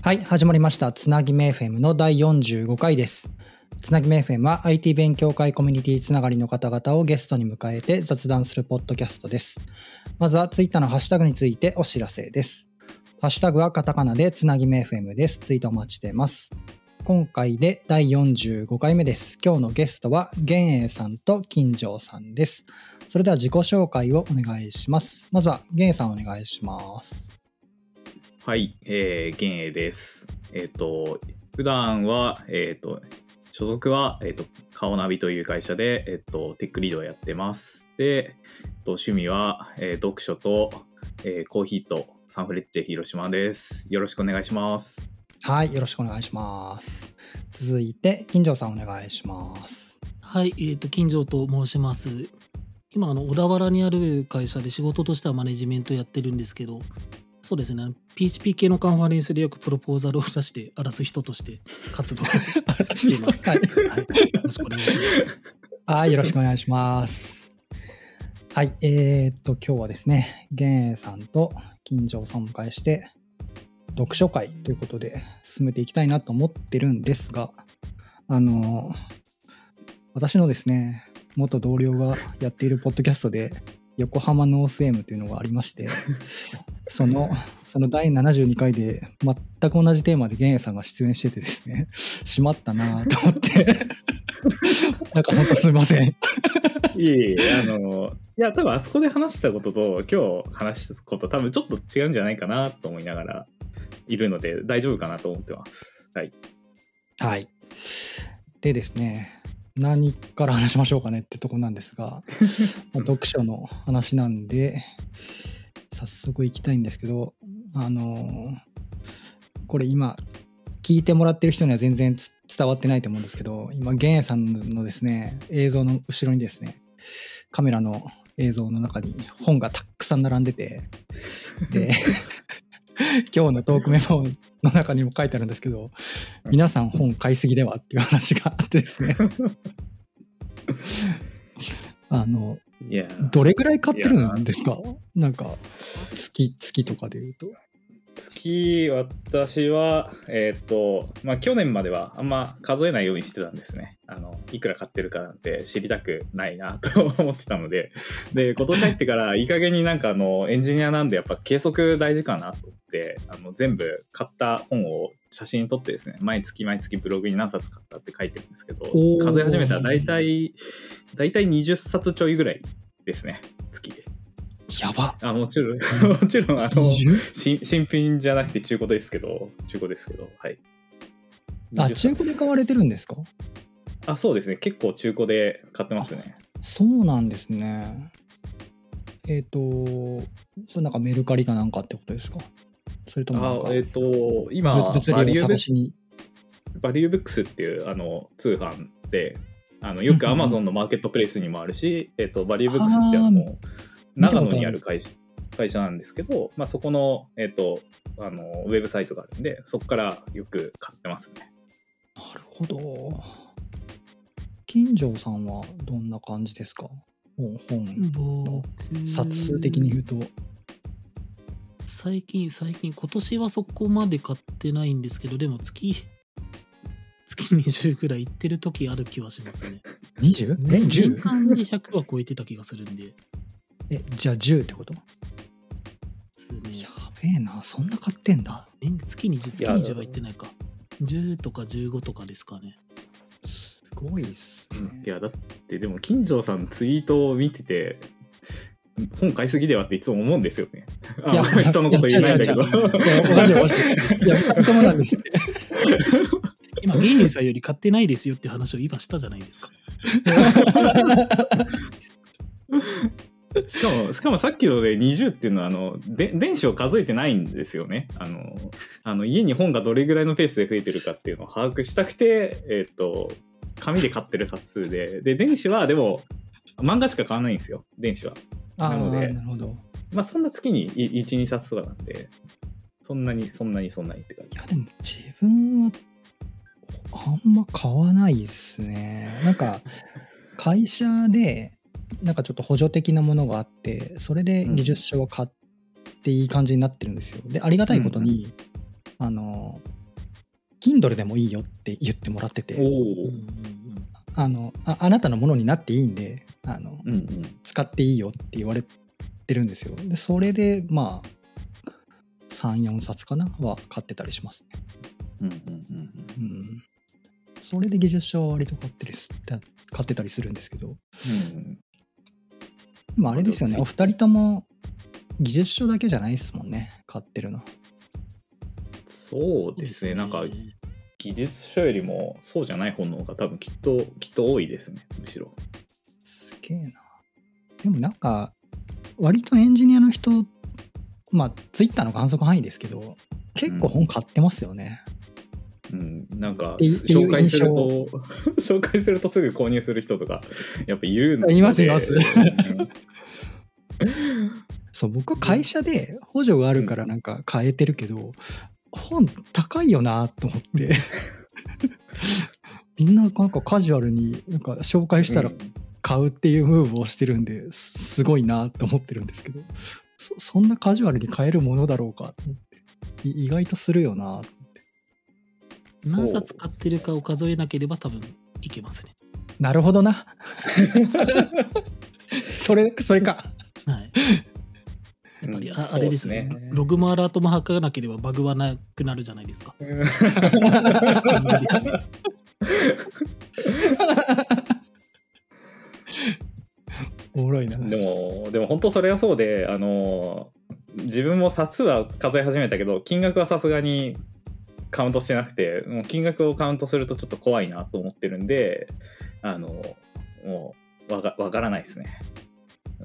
はい、始まりました。つなぎめ FM の第45回です。つなぎめ FM は IT 勉強会コミュニティつながりの方々をゲストに迎えて雑談するポッドキャストです。まずはツイッターのハッシュタグについてお知らせです。ハッシュタグはカタカナでつなぎめ FM です。ツイートお待ちしています。今回で第45回目です。今日のゲストは玄英さんと金城さんです。それでは自己紹介をお願いします。まずは玄英さんお願いします。 はい、玄英です。普段は、所属は、カオナビという会社で、テックリードをやってます。で、趣味は、読書と、コーヒーとサンフレッチェ広島です。よろしくお願いします。 はい、よろしくお願いします。続いて金城さんお願いします。 はい、金城と申します。今小田原にある会社で仕事としてはマネジメントやってるんですけど、そうですね、PHP 系のカンファレンスでよくプロポーザルを出して荒らす人として活動しています。はい、よろしくお願いします。 はい、よろしくお願いします。はい、今日はですね、玄英さんと金城さんをお迎えして読書会ということで進めていきたいなと思ってるんですが、私のですね、元同僚がやっているポッドキャストで横浜ノース M というのがありましてその第72回で全く同じテーマで玄英さんが出演しててですね、しまったなと思ってなんか本当すみませんいや多分あそこで話したことと今日話すこと多分ちょっと違うんじゃないかなと思いながらいるので大丈夫かなと思ってます。はい。 はい。でですね、何から話しましょうかねってとこなんですが読書の話なんで早速行きたいんですけど、これ今聞いてもらってる人には全然伝わってないと思うんですけど、今玄英さんのですね映像の後ろにですね、カメラの映像の中に本がたくさん並んでて、で今日のトークメモの中にも書いてあるんですけど、皆さん本買いすぎではっていう話があってですねどれぐらい買ってるんですか？なんか月とかでいうと。 月、私は去年まではあんま数えないようにしてたんですね。いくら買ってるかなんて知りたくないなと思ってたので、今年入ってからいい加減になんかエンジニアなんでやっぱ計測大事かなと思って全部買った本を写真撮ってですね、毎月ブログに何冊買ったって書いてるんですけど、数え始めたら大体20冊ちょいぐらいですね、月で。 やば。 もちろん新品じゃなくて中古ですけど、はい。 中古で買われてるんですか？ そうですね、結構中古で買ってますね。 そうなんですね。それなんかメルカリかなんかってことですか？それともなんか今物理を探しにバリューブックスっていう通販でよく Amazon のマーケットプレイスにもあるし、バリューブックスって長野にある会社なんですけど、そこの、ウェブサイトがあるんで、そこからよく買ってますね。 なるほど。金城さんはどんな感じですか？本の冊数的に言うと。 最近今年はそこまで買ってないんですけど、でも月20ぐらい行ってる時ある気はしますね。 20？ 年間で100は超えてた気がするんで。 じゃあ10ってこと？やべえな、そんな買ってんだ。 月20は行ってないか。10とか15とかですかね。 すごいっすね。 いやだってでも金城さんツイートを見てて本買いすぎではっていつも思うんですよね。人のこと言えないんだけど。 いや、頭なんですって。 今玄英さんより買ってないですよって話を今したじゃないですか。 しかもさっきので20っていうのは電子を数えてないんですよね。家に本がどれぐらいのペースで増えてるかっていうのを把握したくて、紙で買ってる冊数で電子はでも漫画しか買わないんですよ、電子は。なのでなるほど。 そんな月に 1,2 冊とかなんでそんなにって感じ。 いやでも自分はあんま買わないっすね。なんか会社でなんかちょっと補助的なものがあって、それで技術書を買っていい感じになってるんですよ。でありがたいことに、 Kindle でもいいよって言ってもらってて、 おお。 あなたのものになっていいんでうんうん。 使っていいよって言われてるんですよ。でそれでまあ3、4冊かなは買ってたりしますね。 うんうんうんうん。 うんそれで技術書は割と買ってたりするんですけど、 うんまああれですよね、お二人とも技術書だけじゃないですもんね、買ってるの。 そうですね。なんか技術書よりもそうじゃない本の方が多分きっと多いですね。むしろ。 すげえな。でもなんか割とエンジニアの人、まあツイッターの観測範囲ですけど、結構本買ってますよね。 うん、なんかっていう紹介する印と紹介するとすぐ購入する人とかやっぱいるので。 いますいますうんそう僕は会社で補助があるからなんか買えてるけど、本高いよなと思ってみんななんかカジュアルになんか紹介したら買うっていうムーブをしてるんで、すごいなと思ってるんですけど、そんなカジュアルに買えるものだろうかと思って、意外とするよな。 何冊買ってるかを数えなければ多分いけますね。 なるほどなそれか。 はい。やっぱりうんあれですね。ログもアラートも測らなければバグはなくなるじゃないですか。感じですね。 おもろいな。 でも本当それはそうで、自分も冊数は数え始めたけど金額はさすがにカウントしてなくて、もう金額をカウントするとちょっと怖いなと思ってるんで、もうわからないですね。うん。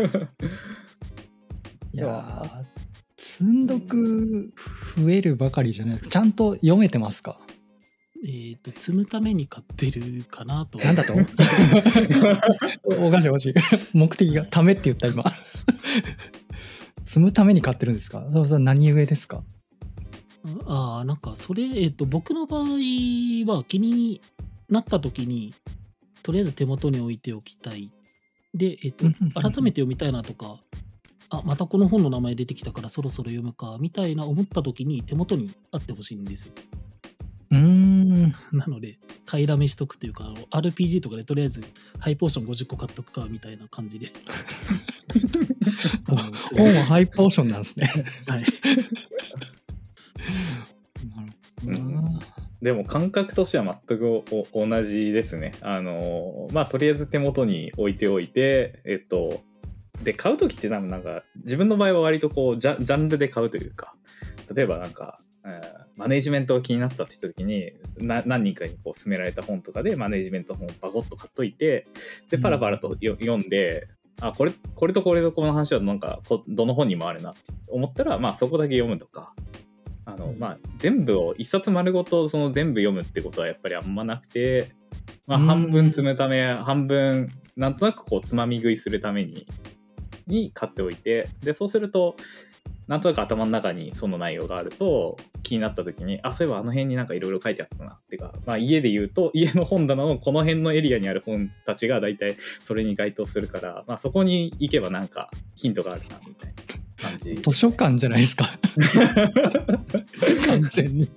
いや積んどく増えるばかりじゃないですか。ちゃんと読めてますか？ 積むために買ってるかなと。 なんだとおかしい目的がためって言った今積むために買ってるんですか？それ何故ですか？ なんかそれ、僕の場合は気になった時にとりあえず手元に置いておきたい。で、改めて読みたいなとか、またこの本の名前出てきたからそろそろ読むかみたいな思った時に手元にあってほしいんですよ。なので買いだめしとくというか、RPG とかでとりあえずハイポーション50個買っとくかみたいな感じで本はハイポーションなんですねはいなるほどな。でも感覚としては全く同じですね。まあとりあえず手元に置いておいて、で買う時ってなんか自分の場合は割とこうジャンルで買うというか、例えばなんか、マネージメントが気になったって時に何人かにこう勧められた本とかでマネージメント本をバコッと買っといて、でパラパラと読んで、これとこれとこの話はなんかどの本にもあるなって思ったら、まあそこだけ読むとか。まあ、全部を一冊丸ごと全部読むってことはやっぱりあんまなくて、まあ、半分積むため半分なんとなくこうつまみ食いするために買っておいて、でそうするとなんとなく頭の中にその内容があると気になった時にそういえばあの辺になんかいろいろ書いてあったなっていうか、まあ、家で言うと家の本棚のこの辺のエリアにある本たちが大体それに該当するから、まあ、そこに行けばなんかヒントがあるなみたいな感じ。 図書館じゃないですか完全に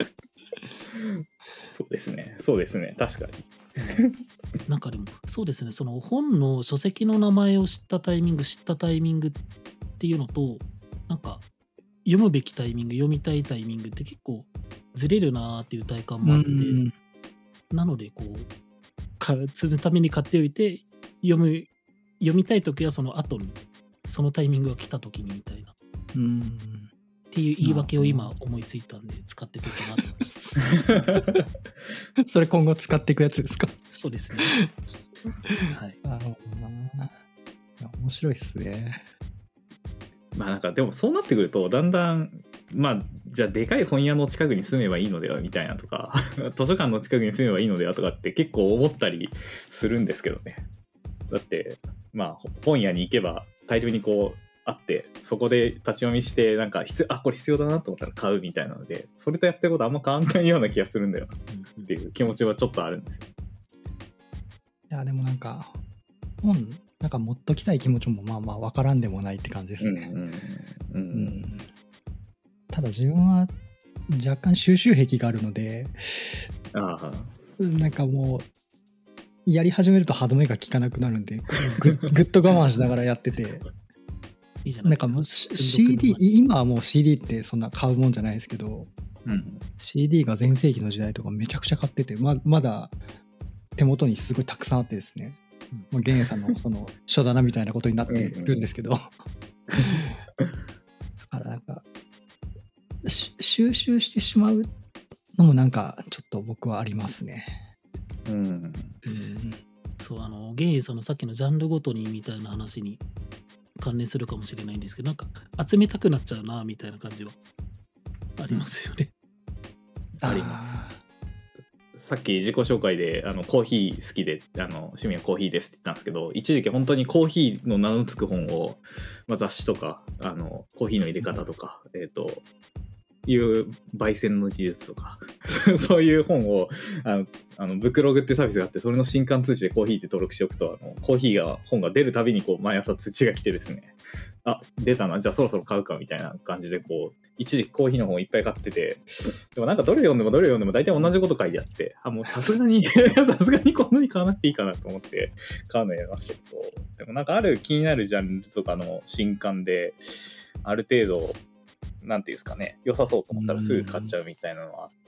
そうですね確かになんかでもそうですね、その本の書籍の名前を知ったタイミングっていうのと、なんか読むべきタイミング、読みたいタイミングって結構ずれるなーっていう体感もあって、なのでこう積むために買っておいて読みたい時はその後にそのタイミングが来た時にみたいなっていう言い訳を今思いついたんで使っていこうかなと思いますそれ今後使っていくやつですか？ そうですねはい。 面白いっすね。 まあなんかでもそうなってくるとだんだんまあじゃあでかい本屋の近くに住めばいいのではみたいなとか図書館の近くに住めばいいのではとかって結構思ったりするんですけどね。だってまあ本屋に行けば大量にこうあってそこで立ち読みしてなんかこれ必要だなと思ったら買うみたいなので、それとやってることあんま変わんないような気がするんだよっていう気持ちはちょっとあるんですよ。 いやでもなんか本なんか持っときたい気持ちもまあまあ分からんでもないって感じですね。ただ自分は若干収集癖があるので、 あなんかもうやり始めると歯止めが効かなくなるんで、ぐっと我慢しながらやってていいじゃなですか。 ないんかもう CD 今はもう CD ってそんな買うもんじゃないですけど、 あ、うん。 CD が全盛期の時代とかめちゃくちゃ買ってて、まだ手元にすごいたくさんあってですね、まあ、ゲンさんのその書棚みたいなことになってるんですけどだからなんか収集してしまうのもなんかちょっと僕はありますね。 うん。 うん、 そうゲイさんのさっきのジャンルごとにみたいな話に関連するかもしれないんですけど、なんか集めたくなっちゃうなみたいな感じはありますよね。 ありますさっき自己紹介でコーヒー好きで趣味はコーヒーですって言ったんですけど、一時期本当にコーヒーの名の付く本を、まあ、雑誌とかコーヒーの入れ方とか、いう焙煎の技術とかそういう本をブックログってサービスがあって、それの新刊通知でコーヒーって登録しておくとコーヒーが本が出るたびにこう毎朝通知が来てですね、あ出たな、じゃあそろそろ買うかみたいな感じでこう一時期コーヒーの本をいっぱい買ってて、でもなんかどれ読んでも大体同じこと書いてあって、もうさすがにこんなに買わなくていいかなと思って買うのやめましたけど、でもなんかある気になるジャンルとかの新刊である程度なんていうんですかね、良さそうと思ったらすぐ買っちゃうみたいなのがあって、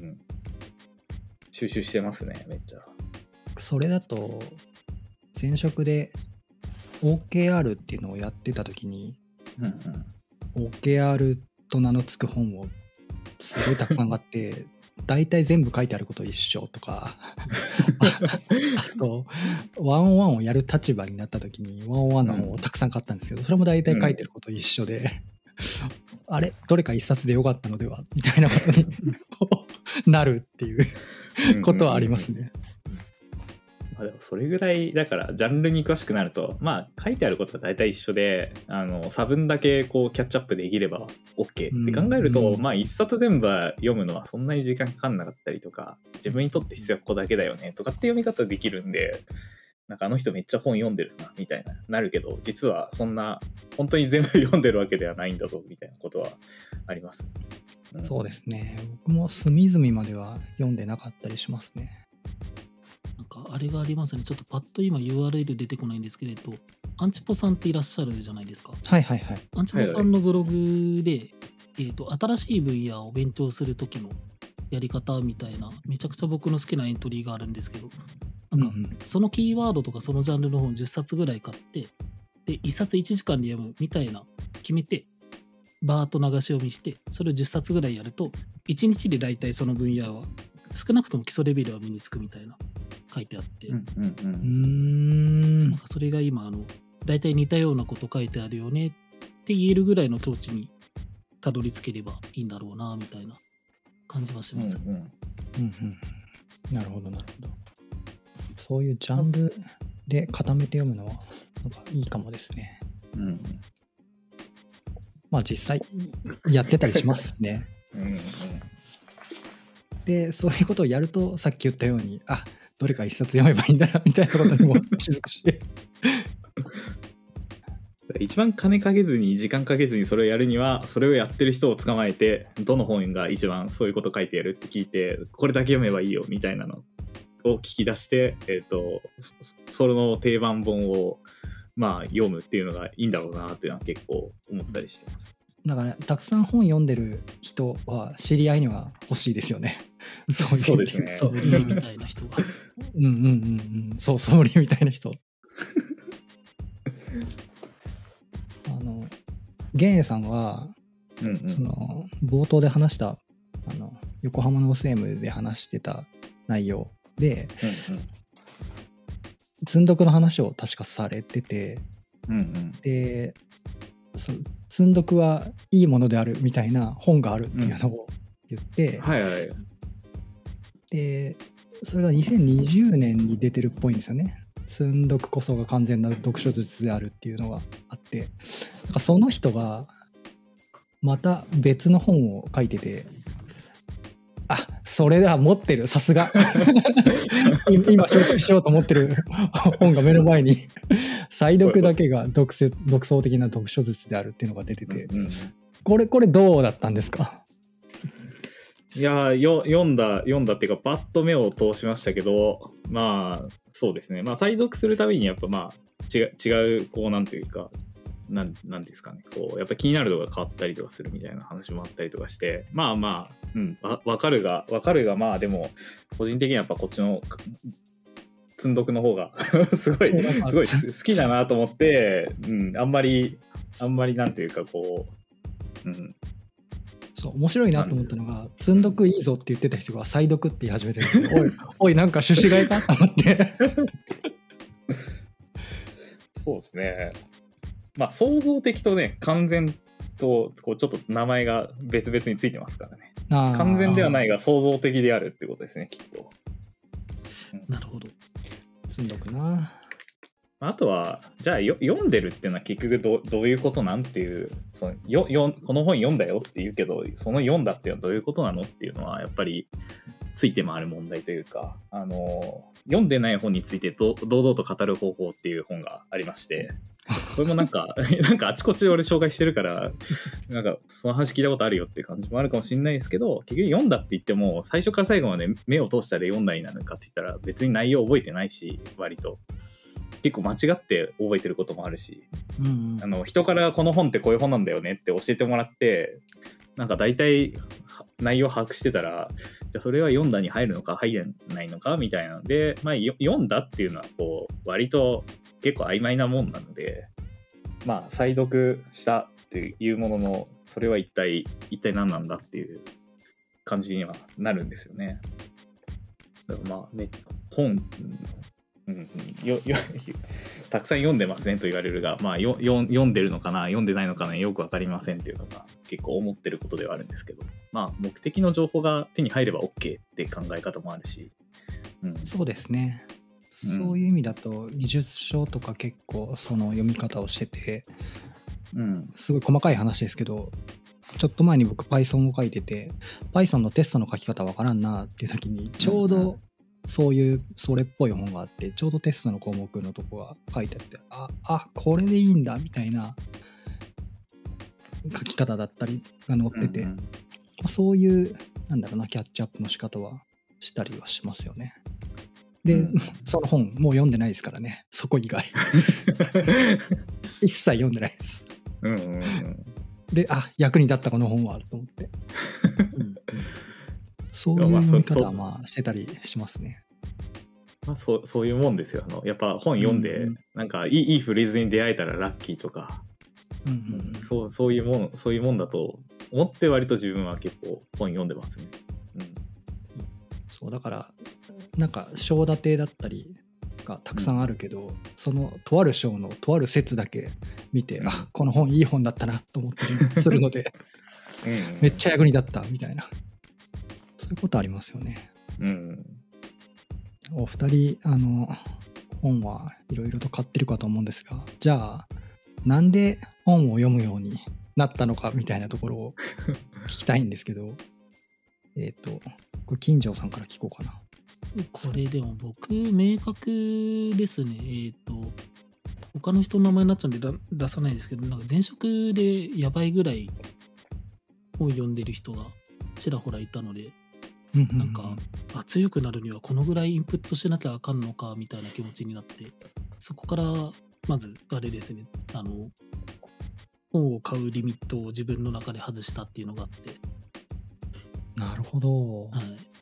収集してますね、めっちゃ。 それだと前職で OKR っていうのをやってた時に、OKR と名の付く本をすごいたくさんあって大体全部書いてあること一緒とかあとワンオンワンをやる立場になった時にワンオンワンの本をたくさん買ったんですけど、それも大体書いてること一緒で、あれどれか一冊でよかったのではみたいなことになるっていうことはありますね。 でもそれぐらいだからジャンルに詳しくなると、まあ書いてあることが大体一緒で差分だけこうキャッチアップできれば OK って考えると、まあ一冊全部読むのはそんなに時間かかんなかったりとか、自分にとって必要はここだけだよねとかって読み方できるんで、なんか人めっちゃ本読んでるなみたいなるけど、実はそんな本当に全部読んでるわけではないんだぞみたいなことはあります、 そうですね。僕も隅々までは読んでなかったりしますね。 なんかあれがありますね。ちょっとパッと今 URL 出てこないんですけれど、アンチポさんっていらっしゃるじゃないですか。 はいはいはい。 アンチポさんのブログで、新しい分野を勉強する時のやり方みたいな、めちゃくちゃ僕の好きなエントリーがあるんですけど、なんかそのキーワードとかそのジャンルの本10冊ぐらい買って、で1冊1時間で読むみたいな決めてバーッと流し読みして、それを10冊ぐらいやると1日でだいたいその分野は少なくとも基礎レベルは身につくみたいな書いてあって、なんかそれが今だいたい似たようなこと書いてあるよねって言えるぐらいの統治にたどり着ければいいんだろうなみたいな感じはします。 なるほどなるほど。そういうジャンルで固めて読むのはなんかいいかもですね。まあ実際やってたりしますね。でそういうことをやるとさっき言ったように、あ、どれか一冊読めばいいんだなみたいなことにも気づくし一番金かけずに時間かけずにそれをやるには、それをやってる人を捕まえて、どの本が一番そういうこと書いてやるって聞いて、これだけ読めばいいよみたいなのを聞き出して、その定番本をまあ読むっていうのがいいんだろうなっていうのは結構思ったりしてます。 だからたくさん本読んでる人は知り合いには欲しいですよね。そうですね。 ソムリエみたいな人がそうソムリエみたいな人ゲンエさんは、その冒頭で話した横浜の OSM で話してた内容で、積んどくの話を確かされてて、で積んどくはいいものであるみたいな本があるっていうのを言って、でそれが2020年に出てるっぽいんですよね。積んどくこそが完全な読書術であるっていうのがあって、なんかその人がまた別の本を書いてて、あ、それでは持ってる、さすが今紹介しようと思ってる本が目の前に再読だけが独創的な読書術であるっていうのが出てて、これどうだったんですか？ いや読んだっていうかパッと目を通しましたけど、まあそうですね、まあ再読するたびにやっぱまあ違うこうなんていうかなんですかね、こうやっぱ気になるのが変わったりとかするみたいな話もあったりとかして、まあわかるがまあでも個人的にはやっぱこっちの積んどくの方がすごい好きだなと思って、あんまりなんていうかこう、 そう面白いなと思ったのが、積んどくいいぞって言ってた人が再読って言い始めてるんでおいなんか趣旨替えかと思ってそうですね。まあ創造的とね完全とこうちょっと名前が別々についてますからね。完全ではないが創造的であるってことですね、きっと。 なるほど。 積んどくな。 あとはじゃあ読んでるっていうのは結局どういうことなんっていう、この本読んだよって言うけど、その読んだっていうのはどういうことなのっていうのはやっぱりついて回る問題というか、読んでない本について堂々と語る方法っていう本がありまして、これもなんかあちこちで俺紹介してるからなんかその話聞いたことあるよって感じもあるかもしれないですけど、結局読んだって言っても最初から最後まで目を通したら読んだりなのかって言ったら別に内容覚えてないし、割と結構間違って覚えてることもあるし、人からこの本ってこういう本なんだよねって教えてもらってなんか大体内容把握してたら、じゃあそれは読んだに入るのか入らないのかみたいなので、まあ、読んだっていうのはこう割と結構曖昧なもんなので、まあ再読したっていうもののそれは一体何なんだっていう感じにはなるんですよね。だからまあね、本たくさん読んでますねと言われるが、まあ、読んでるのかな読んでないのかなよく分かりませんっていうのが結構思ってることではあるんですけど、まあ目的の情報が手に入れば OK って考え方もあるし、 そうですね、そういう意味だと技術書とか結構その読み方をしてて、すごい細かい話ですけど、ちょっと前に僕 Python を書いてて Python のテストの書き方わからんなっていう時にちょうどそういうそれっぽい本があって、ちょうどテストの項目のとこが書いてあって、これでいいんだみたいな書き方だったりが載ってて、そういうなんだろうなキャッチアップの仕方はしたりはしますよね。で、その本もう読んでないですからね、そこ以外一切読んでないです。で、役に立ったこの本はと思ってそういう読み方はまあしてたりしますね。 まあ、そういうもんですよ。やっぱ本読んで、なんかいいフレーズに出会えたらラッキーとか、そういうもんだと思って割と自分は結構本読んでますね。 そうだからなんか章立てだったりがたくさんあるけど、そのとある章のとある説だけ見て、この本いい本だったなと思ったりするのでめっちゃ役に立ったみたいな、そういうことありますよね。お二人本はいろいろと買ってるかと思うんですが、じゃあなんで本を読むようになったのかみたいなところを聞きたいんですけどこれ金城さんから聞こうかな。 これでも僕明確ですね。他の人の名前になっちゃうんで出さないですけど、なんか前職でやばいぐらい本読んでる人がちらほらいたので、なんか強くなるにはこのぐらいインプットしなきゃあかんのかみたいな気持ちになって、そこからまずあれですね、本を買うリミットを自分の中で外したっていうのがあって。 なるほど。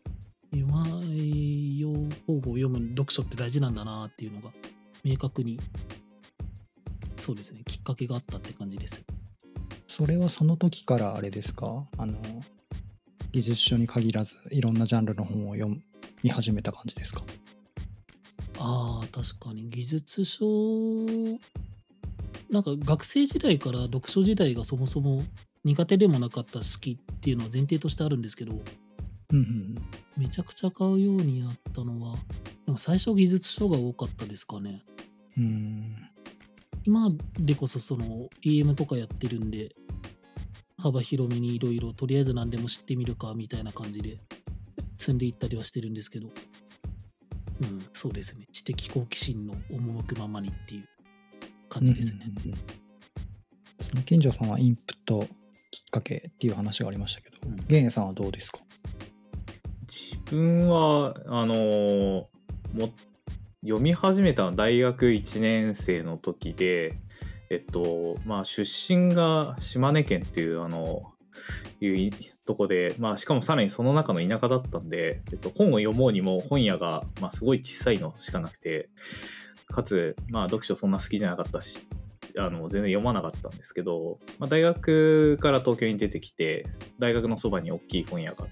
本を読む読書って大事なんだなっていうのが明確に、そうですね、きっかけがあったって感じです。 それはその時からあれですか、技術書に限らずいろんなジャンルの本を読み始めた感じですか？ 確かに技術書、なんか学生時代から読書自体がそもそも苦手でもなかった好きっていうのは前提としてあるんですけど、めちゃくちゃ買うようになったのはでも最初技術書が多かったですかね。今でこそその EM とかやってるんで幅広めにいろいろとりあえず何でも知ってみるかみたいな感じで積んでいったりはしてるんですけど、そうですね、知的好奇心の赴くままにっていう感じですね。 その金城さんはインプットきっかけっていう話がありましたけど、玄英さんはどうですか？ 分はも読み始めたのは大学1年生の時で、まあ出身が島根県っていういうとこで、まあしかもさらにその中の田舎だったんで、本を読もうにも本屋がまあすごい小さいのしかなくて、かつまあ読書そんな好きじゃなかったし、全然読まなかったんですけど、まあ、大学から東京に出てきて、大学のそばに大きい本屋があって、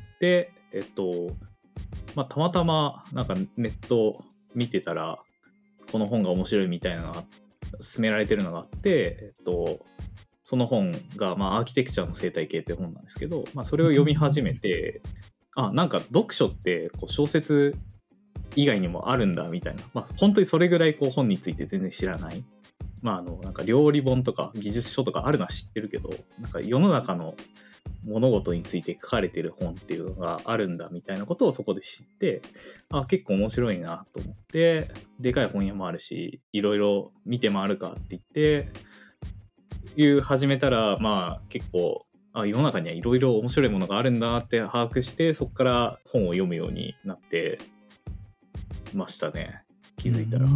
まあ、たまたまなんかネット見てたらこの本が面白いみたいなのが勧められてるのがあって、その本が、まあ、アーキテクチャの生態系って本なんですけど、まあ、それを読み始めて、なんか読書ってこう小説以外にもあるんだみたいな、まあ、本当にそれぐらいこう本について全然知らない、まあ、なんか料理本とか技術書とかあるのは知ってるけど、なんか世の中の物事について書かれてる本っていうのがあるんだみたいなことをそこで知って、結構面白いなと思って、でかい本屋もあるしいろいろ見て回るかって言って始めたら、まあ結構世の中にはいろいろ面白いものがあるんだなって把握して、そこから本を読むようになってましたね、気づいたら。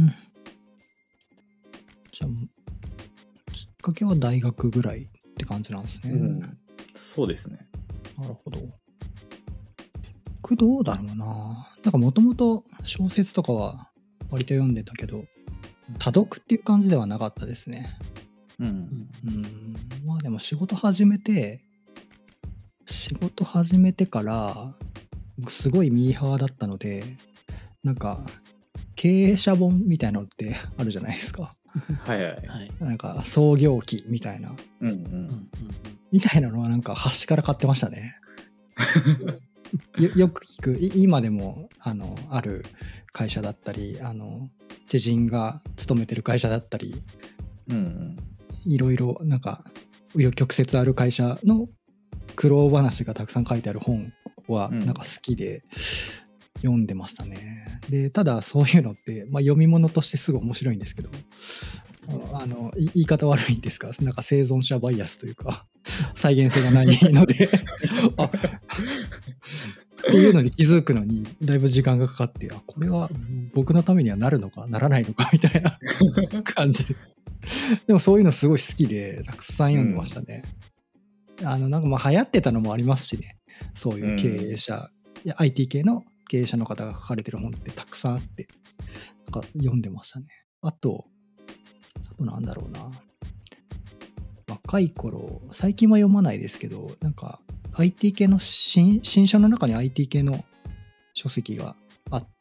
じゃあきっかけは大学ぐらいって感じなんですね。 そうですね。 なるほど。これどうだろうな。なんかもともと小説とかは割と読んでたけど、多読っていう感じではなかったですね。まあでも仕事始めてからすごいミーハーだったので、なんか経営者本みたいなのってあるじゃないですか。 はいはい。 なんか創業記みたいな、みたいなのはなんか端から買ってましたね。よく聞く、今でもある会社だったり、知人が勤めてる会社だったり、いろいろなんか紆余曲折ある会社の苦労話がたくさん書いてある本はなんか好きで読んでましたね。でただそういうのって、まあ、読み物としてすぐ面白いんですけど、言い方悪いんですが、なんか生存者バイアスというか再現性がないのでっていうのに気づくのにだいぶ時間がかかって、これは僕のためにはなるのかならないのかみたいな感じででもそういうのすごい好きでたくさん読んでましたね。なんかまあ流行ってたのもありますしね、そういう経営者、IT 系の経営者の方が書かれてる本ってたくさんあって、なんか読んでましたね。あとなんだろうな、若い頃、最近は読まないですけど、なんか IT 系の新書の中に IT 系の書籍があって、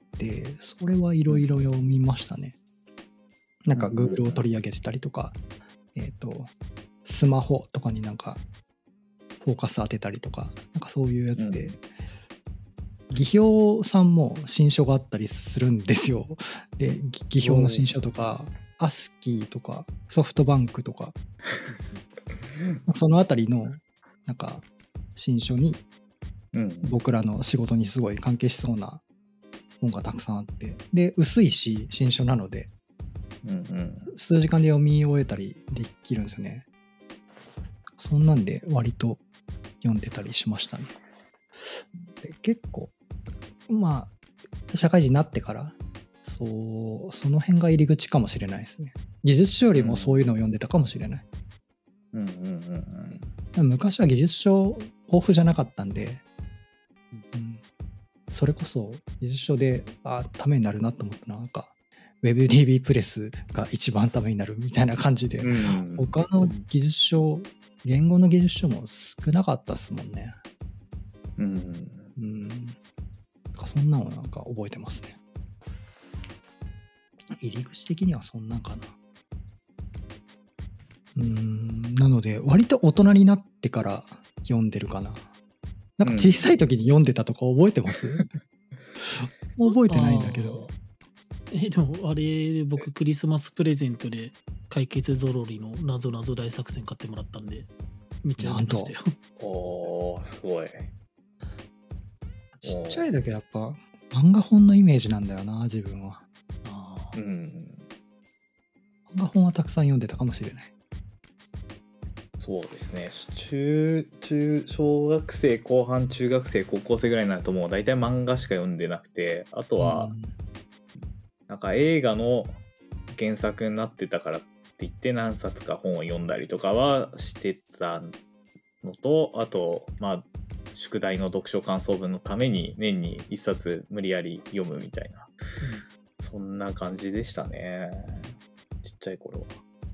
それはいろいろ読みましたね。なんか Google を取り上げてたりとか、スマホとかになんかフォーカス当てたりとか、なんかそういうやつで、技評さんも新書があったりするんですよ。で、技評の新書とか、アスキーとかソフトバンクとかそのあたりのなんか新書に僕らの仕事にすごい関係しそうな本がたくさんあって、で薄いし新書なので、数時間で読み終えたりできるんですよね。そんなんで割と読んでたりしましたね。で結構まあ社会人になってからその辺が入り口かもしれないですね。技術書よりもそういうのを読んでたかもしれない。昔は技術書豊富じゃなかったんで、それこそ技術書でためになるなと思ったのはなんか WebDB プレスが一番ためになるみたいな感じで、他の技術書、言語の技術書も少なかったですもんね。そんなのなんか覚えてますね。入り口的にはそんなんかな。なので割と大人になってから読んでるかな。なんか小さい時に読んでたとか覚えてます？覚えてないんだけど。 でもあれ僕クリスマスプレゼントで解決ぞろりの謎々大作戦買ってもらったんでめっちゃ読みましたよ。 すごい。 ちっちゃい時やっぱ漫画本のイメージなんだよな、自分は。漫画本はたくさん読んでたかもしれない。 そうですね。小学生後半、中学生、高校生ぐらいになるともう大体漫画しか読んでなくて、あとはなんか映画の原作になってたからって言って何冊か本を読んだりとかはしてたのと、あとまあ宿題の読書感想文のために年に1冊無理やり読むみたいな、そんな感じでしたね、ちっちゃい頃は。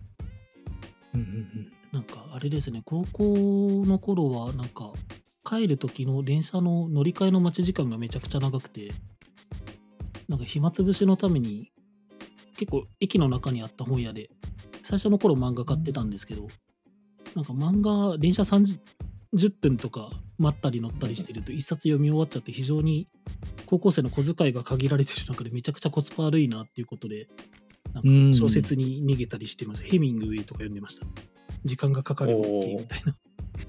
なんかあれですね、高校の頃はなんか帰る時の電車の乗り換えの待ち時間がめちゃくちゃ長くて、なんか暇つぶしのために結構駅の中にあった本屋で最初の頃漫画買ってたんですけど、なんか漫画電車30分とか待ったり乗ったりしてると一冊読み終わっちゃって、非常に高校生の小遣いが限られてる中でめちゃくちゃコスパ悪いなっていうことで、なんか小説に逃げたりしてます。ヘミングウェイとか読んでました。時間がかかれば OK みたいな。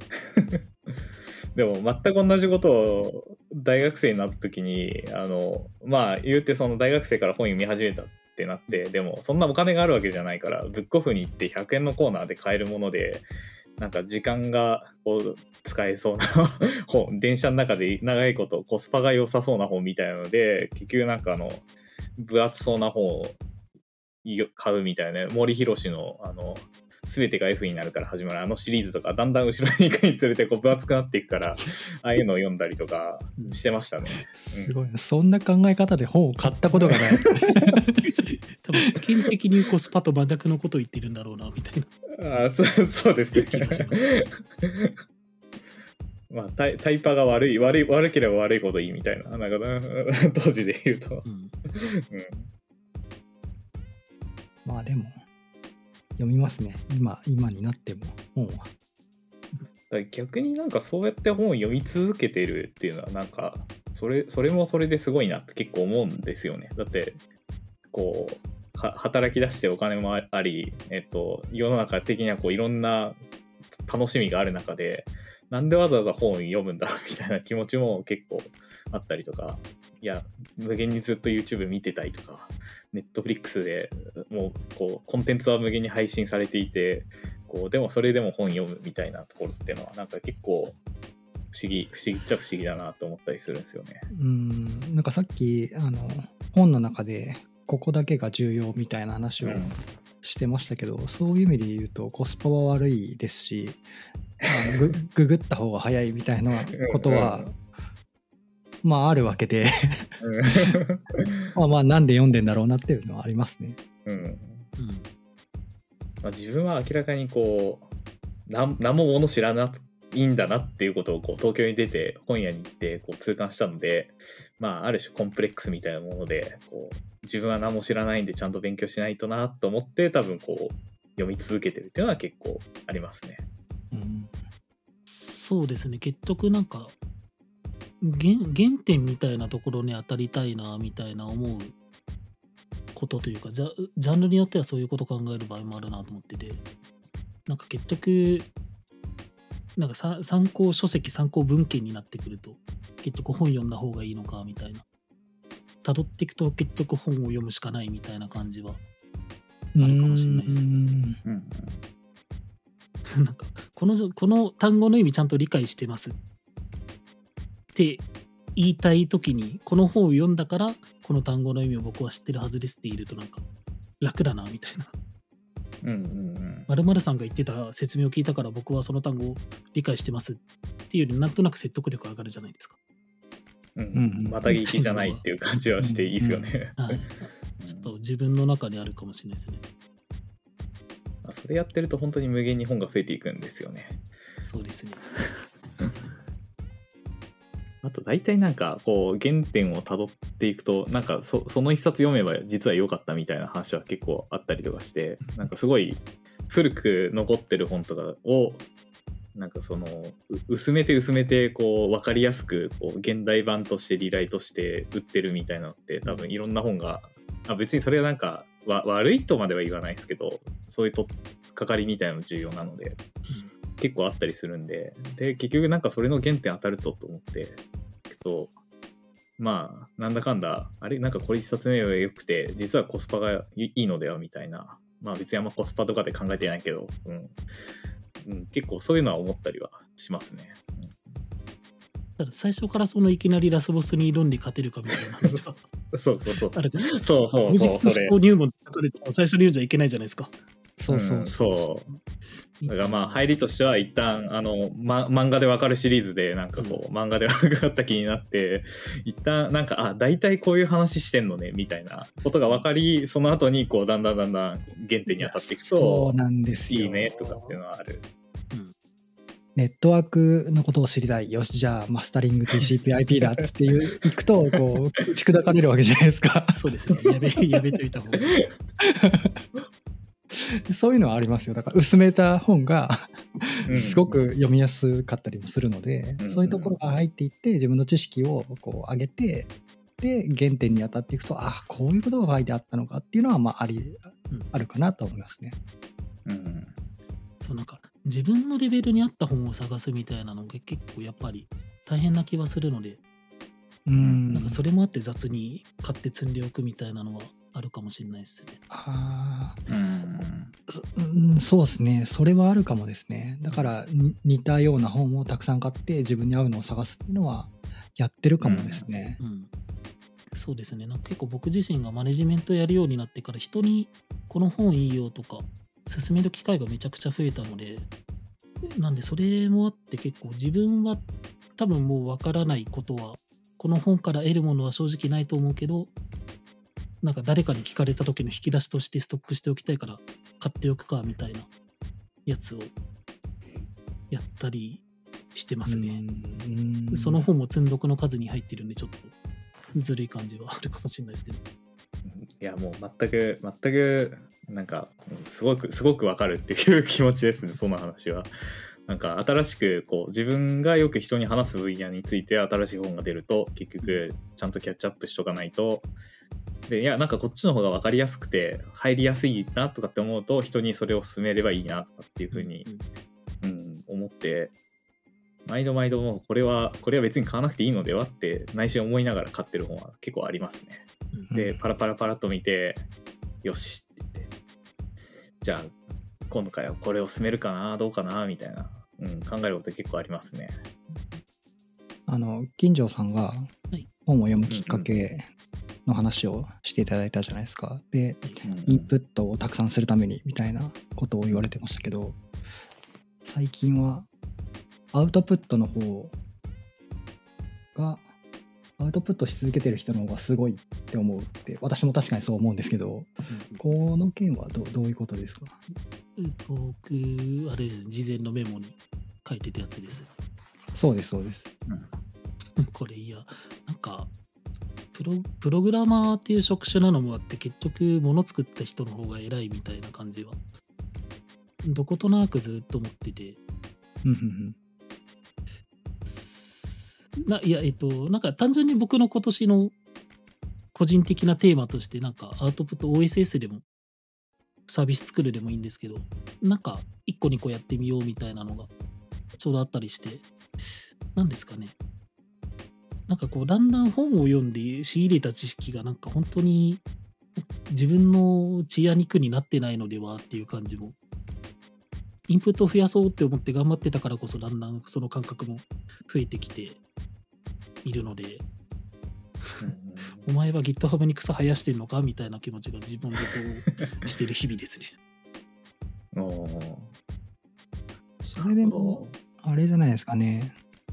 でも全く同じことを大学生になった時にまあ言うてその大学生から本読み始めたってなって、でもそんなお金があるわけじゃないからブックオフに行って100円のコーナーで買えるもので、なんか時間がこう使えそうな本、電車の中で長いことコスパが良さそうな本みたいなので、結局なんか分厚そうな本を買うみたいな、森博の全てが F になるから始まるシリーズとか、だんだん後ろに行くにつれてこう分厚くなっていくからああいうのを読んだりとかしてましたね。 すごいな、そんな考え方で本を買ったことがない多分世間的にコスパと真逆のことを言ってるんだろうなみたいな。 そうですね。 気がしますまあタイパが悪ければ悪いほどいいみたいな、なんか当時で言うと、 まあでも読みますね、今になっても本は。 逆になんかそうやって本を読み続けてるっていうのはなんかそれもそれですごいなって結構思うんですよね。だってこう働き出してお金もあり、世の中的にはこういろんな楽しみがある中で、なんでわざわざ本を読むんだろうみたいな気持ちも結構あったりとか、いや無限にずっと YouTube 見てたりとか、Netflix でもうこうコンテンツは無限に配信されていて、こうでもそれでも本読むみたいなところっていうのはなんか結構不思議っちゃ不思議だなと思ったりするんですよね。 なんかさっき本の中でここだけが重要みたいな話をしてましたけど、そういう意味で言うとコスパは悪いですし、ググった方が早いみたいなことはまああるわけでまあなんで読んでんだろうなっていうのはありますね。 まあ、自分は明らかにこう何も物知らないんだなっていうことをこう東京に出て本屋に行ってこう痛感したので、まあある種コンプレックスみたいなもので、こう自分は何も知らないんでちゃんと勉強しないとなと思って多分こう読み続けてるっていうのは結構ありますね。 そうですね、結局なんか原点みたいなところに当たりたいなみたいな思うことというか、ジャンルによってはそういうことを考える場合もあるなと思ってて、なんか結局なんか参考書籍参考文献になってくると結局本読んだ方がいいのかみたいな、辿っていくと結局本を読むしかないみたいな感じはあるかもしれないです。なんかこの単語の意味ちゃんと理解してますって言いたい時に、この本を読んだからこの単語の意味を僕は知ってるはずですって言えるとなんか楽だなみたいな。〇〇さんが言ってた説明を聞いたから僕はその単語を理解してますっていうよりなんとなく説得力上がるじゃないですか。 また聞きじゃないっていう感じはしていいですよね。 ちょっと自分の中にあるかもしれないですね。 それやってると本当に無限に本が増えていくんですよね。 そうですね。 あと大体なんかこう原点をたどっていくとなんかその一冊読めば実は良かったみたいな話は結構あったりとかして、なんかすごい古く残ってる本とかをなんかその薄めてこう分かりやすくこう現代版としてリライトして売ってるみたいなのって多分いろんな本が、別にそれはなんか悪いとまでは言わないですけど、そういうとっかかりみたいなの重要なので、結構あったりするんで、で結局なんかそれの原点当たると思っていくと、まあなんだかんだあれなんかこれ一冊目は良くて実はコスパがいいのではみたいな、まあ別にあんまコスパとかで考えてないけど、 結構そういうのは思ったりはしますね。 ただ最初からそのいきなりラスボスに挑んで勝てるかみたいな話はそうあるかもしれない。 そうそう無軸とそれ思考入門って書かれても最初に言うんじゃいけないじゃないですか。 そうそう。 そうだからまあ入りとしては一旦漫画でわかるシリーズでなんかこう、漫画で分かった気になって一旦なんか大体こういう話してんのねみたいなことが分かり、その後にこうだんだん原点に当たっていくとそうなんですよ。 いいねとかっていうのはある。 ネットワークのことを知りたい。よし、じゃあマスタリング TCP/IP だっていういくとこう打ち砕かれるわけじゃないですか。 そうですね。やべといた方がいい。 そういうのはありますよ。だから薄めた本がすごく読みやすかったりもするので、そういうところが入っていって自分の知識をこう上げて、で原点に当たっていくと、こういうことが書いてあったのかっていうのはあるかなと思いますね。 そうなんか自分のレベルに合った本を探すみたいなのが結構やっぱり大変な気はするので、なんかそれもあって雑に買って積んでおくみたいなのはあるかもしれないですね。 そうですね。それはあるかもですね。だから似たような本をたくさん買って自分に合うのを探すっていうのはやってるかもですね。 そうですね。なんか結構僕自身がマネジメントやるようになってから人にこの本いいよとか勧める機会がめちゃくちゃ増えたので、なんでそれもあって結構自分は多分もうわからないことはこの本から得るものは正直ないと思うけど、なんか誰かに聞かれた時の引き出しとしてストックしておきたいから買っておくかみたいなやつをやったりしてますね。その本も積んどくの数に入ってるんでちょっとずるい感じはあるかもしれないですけど。 いやもう全くなんかすごくわかるっていう気持ちですね。その話はなんか新しくこう自分がよく人に話す分野について新しい本が出ると結局ちゃんとキャッチアップしとかないと、でいやなんかこっちの方が分かりやすくて入りやすいなとかって思うと人にそれを勧めればいいなとかっていう風に、思って毎度もうこれは別に買わなくていいのではって内心思いながら買ってる本は結構ありますね。でパラっと見てよしって言ってじゃあ今度からこれを進めるかなどうかなみたいな、考えること結構ありますね。 金城さんが本を読むきっかけの話をしていただいたじゃないですか。で、インプットをたくさんするためにみたいなことを言われてましたけど、最近はアウトプットの方がアウトプットし続けてる人の方がすごいって思うって、私も確かにそう思うんですけど、この件はどういうことですか？ 僕あれですね、事前のメモに書いてたやつです。 そうです、 これいやなんかプログラマーっていう職種なのもあって結局物作った人の方が偉いみたいな感じはどことなくずっと思ってて、なんか単純に僕の今年の個人的なテーマとしてなんかアウトプット OSS でもサービス作るでもいいんですけど、なんか1個2個やってみようみたいなのがちょうどあったりして、なんですかね、なんかこうだんだん本を読んで仕入れた知識がなんか本当に自分の血や肉になってないのではっていう感じも、インプットを増やそうって思って頑張ってたからこそだんだんその感覚も増えてきているのでお前は GitHub に草生やしてんのかみたいな気持ちが自分でとしてる日々ですね。 それでもあれじゃないですかね、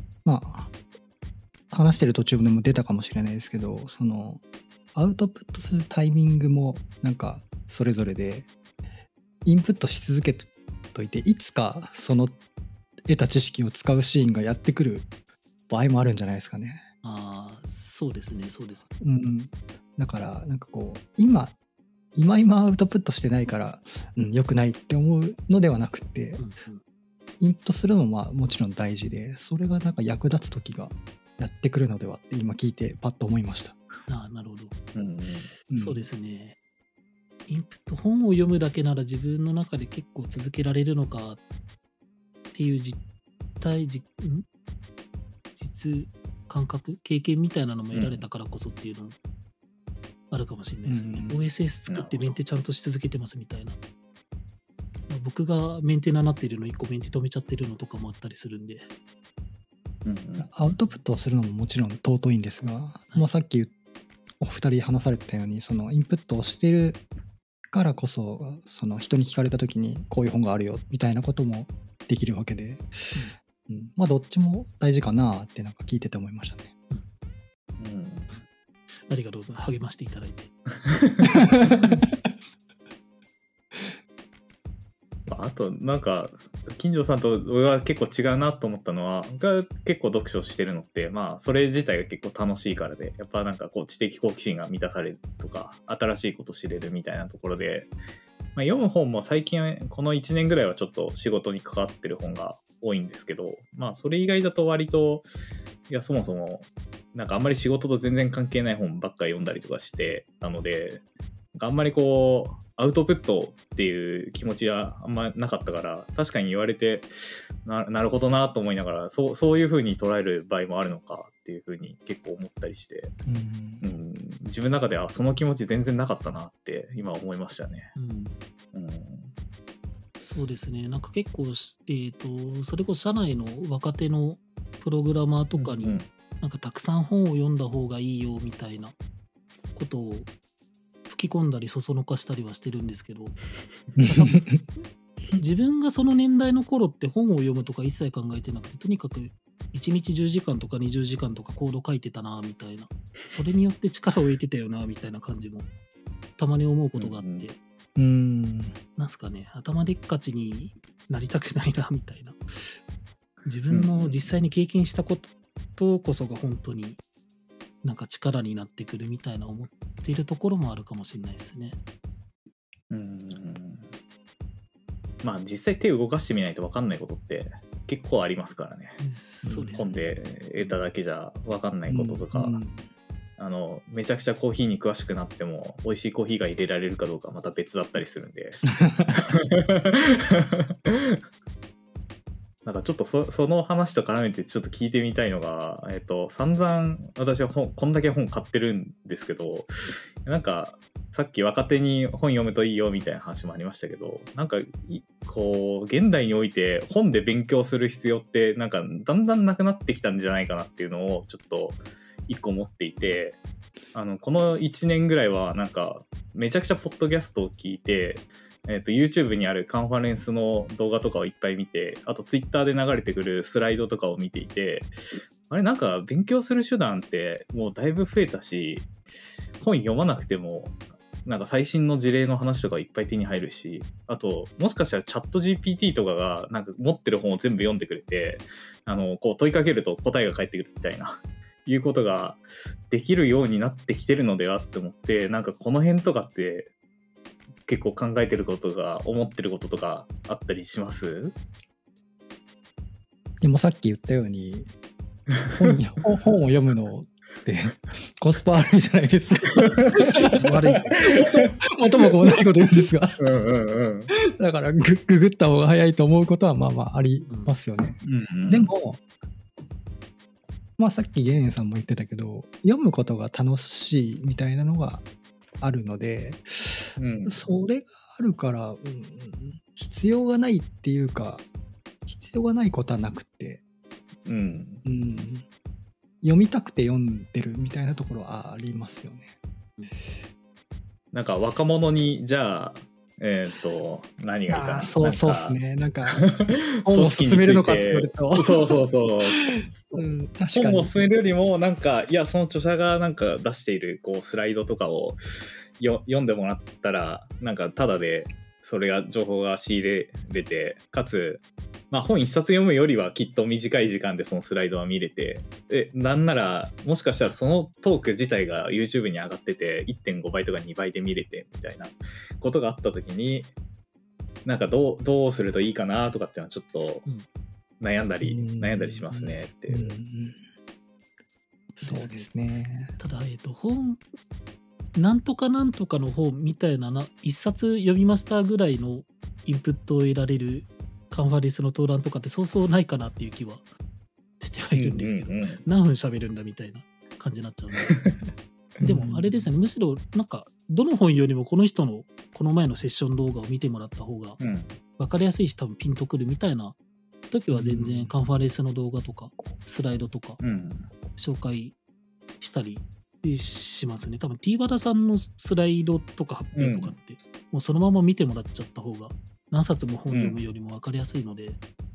話してる途中でも出たかもしれないですけど、そのアウトプットするタイミングもなんかそれぞれでインプットし続けといていつかその得た知識を使うシーンがやってくる場合もあるんじゃないですかね。 そうですね。 だからなんかこう今アウトプットしてないから良くないって思うのではなくて、インプットするのももちろん大事で、それがなんか役立つ時がやってくるのではって今聞いてパッと思いました。 なるほど、そうですね。インプット本を読むだけなら自分の中で結構続けられるのかっていう実感覚経験みたいなのも得られたからこそっていうのもあるかもしれないですね。OSS 作ってメンテちゃんとし続けてますみたいな。 僕がメンテナになっているの1個メンテ止めちゃってるのとかもあったりするんで、 アウトプットをするのももちろん尊いんですが、さっきお二人話されてたように、そのインプットをしてるからこそ、その人に聞かれた時にこういう本があるよみたいなこともできるわけで、どっちも大事かなってなんか聞いてて思いましたね。 ありがとうございます。励ましていただいて。 あとなんか金城さんと俺は結構違うなと思ったのは、僕が結構読書してるのってそれ自体が結構楽しいからで、やっぱなんかこう知的好奇心が満たされるとか新しいこと知れるみたいなところで、読む本も最近この1年ぐらいはちょっと仕事に関わってる本が多いんですけど、それ以外だと割とそもそもなんかあんまり仕事と全然関係ない本ばっかり読んだりとかしてたので、あんまりこうアウトプットっていう気持ちはあんまなかったから、確かに言われて なるほどなと思いながら、そういう風に捉える場合もあるのかっていう風に結構思ったりして、自分の中ではその気持ち全然なかったなって今思いましたね。 そうですね。なんか結構、それこそ社内の若手のプログラマーとかに、なんかたくさん本を読んだ方がいいよみたいなことを吹き込んだりそそのかしたりはしてるんですけど自分がその年代の頃って本を読むとか一切考えてなくて、とにかく1日10時間とか20時間とかコード書いてたなみたいな、それによって力を得てたよなみたいな感じもたまに思うことがあって、なんすかね、頭でっかちになりたくないなみたいな、自分の実際に経験したことこそが本当になんか力になってくるみたいな思っているところもあるかもしれないですね。 実際手を動かしてみないと分かんないことって結構ありますからね。 そうですね。 本で得ただけじゃ分かんないこととか、めちゃくちゃコーヒーに詳しくなっても美味しいコーヒーが入れられるかどうかまた別だったりするんでなんかちょっとその話と絡めてちょっと聞いてみたいのが、散々私はこんだけ本買ってるんですけど、なんかさっき若手に本読むといいよみたいな話もありましたけど、なんかこう現代において本で勉強する必要ってなんかだんだんなくなってきたんじゃないかなっていうのをちょっと一個持っていて、この1年ぐらいはなんかめちゃくちゃポッドキャストを聞いて、YouTube にあるカンファレンスの動画とかをいっぱい見て、あと Twitter で流れてくるスライドとかを見ていて、あれなんか勉強する手段ってもうだいぶ増えたし、本読まなくてもなんか最新の事例の話とかいっぱい手に入るし、あともしかしたらチャット GPT とかがなんか持ってる本を全部読んでくれて、こう問いかけると答えが返ってくるみたいないうことができるようになってきてるのではって思って、なんかこの辺とかって結構考えてることが思ってることとかあったりします？ でもさっき言ったように本を読むのってコスパ悪いじゃないですか悪い元も子もないこと言うんですがだからググった方が早いと思うことはありますよね。でもさっきゲンさんも言ってたけど、読むことが楽しいみたいなのがあるので、それがあるから、必要がないっていうか、必要がないことはなくて、読みたくて読んでるみたいなところはありますよね。 なんか若者にじゃあ何がいいかな。 そうですね。なんか本を進めるのかって言われるとそう、確かに本を進めるよりもなんかその著者がなんか出しているこうスライドとかを読んでもらったら、なんかタダでそれが情報が仕入れれて、かつ本一冊読むよりはきっと短い時間でそのスライドは見れて、なんならもしかしたらそのトーク自体が YouTube に上がってて 1.5 倍とか2倍で見れてみたいなことがあった時に、なんかどうするといいかなとかっていうのはちょっと悩んだりしますねっていう。 そうですね。 ただ本なんとかなんとかの本みたいな一冊読みましたぐらいのインプットを得られるカンファレンスの登壇とかってそうそうないかなっていう気はしてはいるんですけど、何分喋るんだみたいな感じになっちゃうのででもあれですね、むしろなんかどの本よりもこの人のこの前のセッション動画を見てもらった方が分かりやすいし多分ピンとくるみたいな時は全然カンファレンスの動画とかスライドとか紹介したりしますね。多分 T 和田さんのスライドとか発表とかって、もうそのまま見てもらっちゃった方が何冊も本読むよりも分かりやすいので、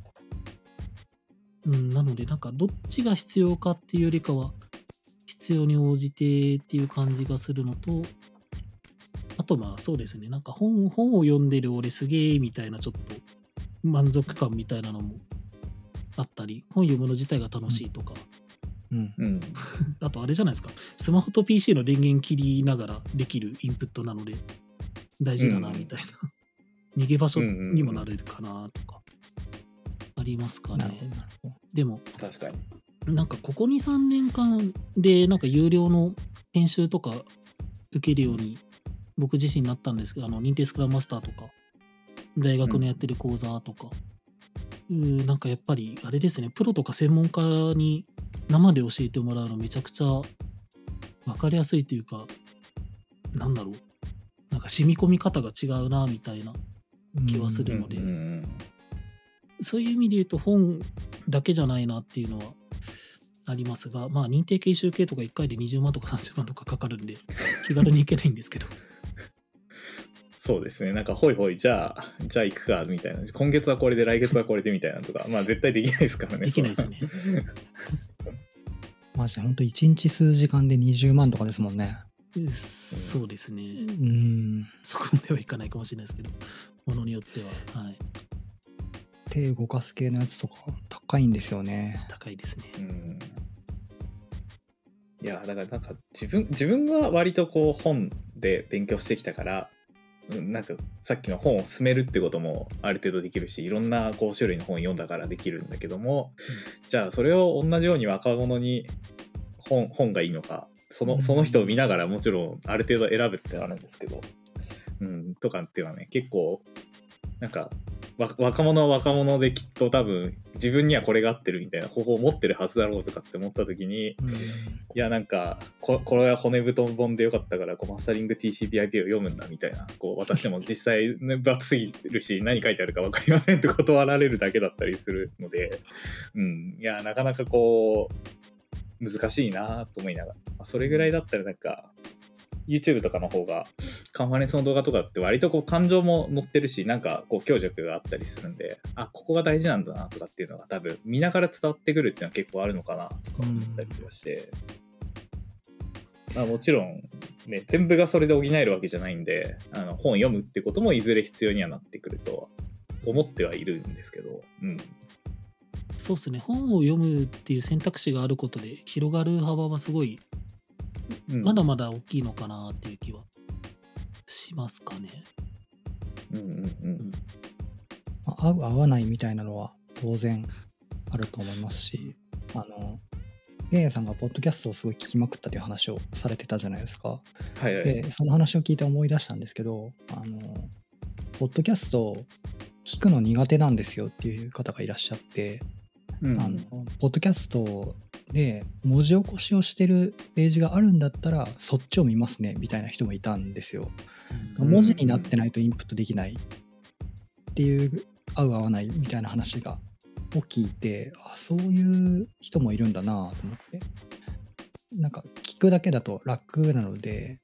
なのでなんかどっちが必要かっていうよりかは必要に応じてっていう感じがするのと、あとまあそうですね、なんか本を読んでる俺すげえみたいなちょっと満足感みたいなのもあったり、本読むの自体が楽しいとか、あとあれじゃないですか、スマホと PC の電源切りながらできるインプットなので大事だなみたいな、逃げ場所にもなるかなとかありますかね。でも確かになんかここ 2,3 年間でなんか有料の研修とか受けるように僕自身になったんですけど、認定スクラムマスターとか大学のやってる講座とか、なんかやっぱりあれですね、プロとか専門家に生で教えてもらうのめちゃくちゃ分かりやすいというか、なんだろう、なんか染み込み方が違うなみたいな気はするので、そういう意味で言うと本だけじゃないなっていうのはありますが、まあ認定研修系とか1回で20万とか30万とかかかるんで気軽に行けないんですけどそうですね、なんかほいほいじゃあ行くかみたいな、今月はこれで来月はこれでみたいなとかまあ絶対できないですからね。 できないですねマジで本当1日数時間で20万とかですもんね。 そうですね、そこまではいかないかもしれないですけど、ものによっては、はい、 手動かす系のやつとか高いんですよね。 高いですね。 いやだからなんか自分は割とこう本で勉強してきたから、なんかさっきの本を進めるってこともある程度できるし、いろんなこう種類の本読んだからできるんだけども、じゃあそれを同じように若者に本がいいのか、その人を見ながらもちろんある程度選ぶってあるんですけど、とかっていうのはね、結構なんか若者は若者できっと多分自分にはこれが合ってるみたいな方法を持ってるはずだろうとかって思った時に、いやなんかこれは骨太本でよかったからマスタリング TCP/IP を読むんだみたいな、こう私でも実際、ね、分厚すぎるし何書いてあるか分かりませんって断られるだけだったりするので、いやなかなかこう難しいなと思いながら、それぐらいだったらなんか YouTube とかの方がカンファレンスの動画とかって割とこう感情も載ってるし、なんかこう強弱があったりするんで、ここが大事なんだなとかっていうのが多分見ながら伝わってくるっていうのは結構あるのかなとか思ったりとかして、もちろんね全部がそれで補えるわけじゃないんで、本読むってこともいずれ必要にはなってくると思ってはいるんですけど、 そうですね、本を読むっていう選択肢があることで広がる幅はすごい、まだまだ大きいのかなっていう気はしますかね。 合う合わないみたいなのは当然あると思いますし、ゲンさんがポッドキャストをすごい聞きまくったという話をされてたじゃないですか。でその話を聞いて思い出したんですけど、ポッドキャスト聞くの苦手なんですよっていう方がいらっしゃって、ポッドキャストで文字起こしをしてるページがあるんだったらそっちを見ますねみたいな人もいたんですよ。文字になってないとインプットできないっていう合う合わないみたいな話を聞いて、そういう人もいるんだなと思って、なんか聞くだけだと楽なので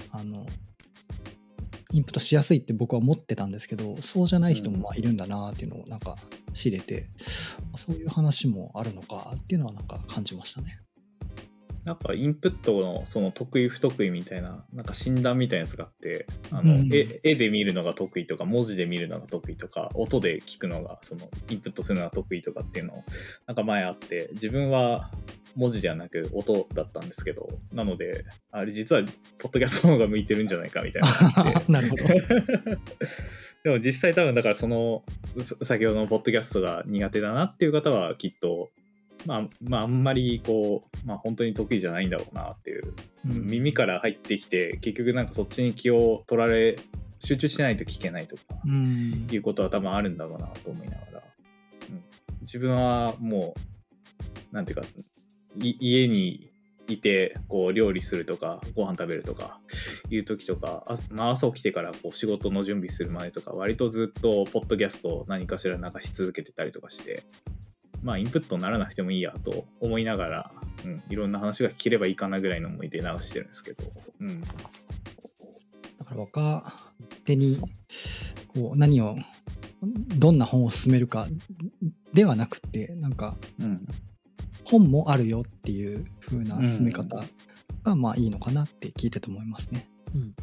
インプットしやすいって僕は思ってたんですけど、そうじゃない人もいるんだなっていうのをなんか知れて、そういう話もあるのかっていうのはなんか感じましたね。 なんかインプットのその得意不得意みたいな、なんか診断みたいなやつがあって、絵で見るのが得意とか文字で見るのが得意とか音で聞くのがそのインプットするのが得意とかっていうのをなんか前あって、自分は文字ではなく音だったんですけど、なのであれ実はポッドキャストの方が向いてるんじゃないかみたいななるほどでも実際多分だからその先ほどのポッドキャストが苦手だなっていう方はきっとあんまりこう、本当に得意じゃないんだろうなっていう、耳から入ってきて結局なんかそっちに気を取られ集中しないと聞けないとか、いうことは多分あるんだろうなと思いながら、自分はもうなんていうか家にいてこう料理するとかご飯食べるとかいう時とか、朝起きてからこう仕事の準備する前とか割とずっとポッドキャストを何かしら流し続けてたりとかして、インプットにならなくてもいいやと思いながら、いろんな話が聞ければいいかなぐらいの思いで流してるんですけど、 だから若手にこうどんな本を勧めるかではなくて、なんか本もあるよっていう風な進め方がいいのかなって聞いてて思いますね。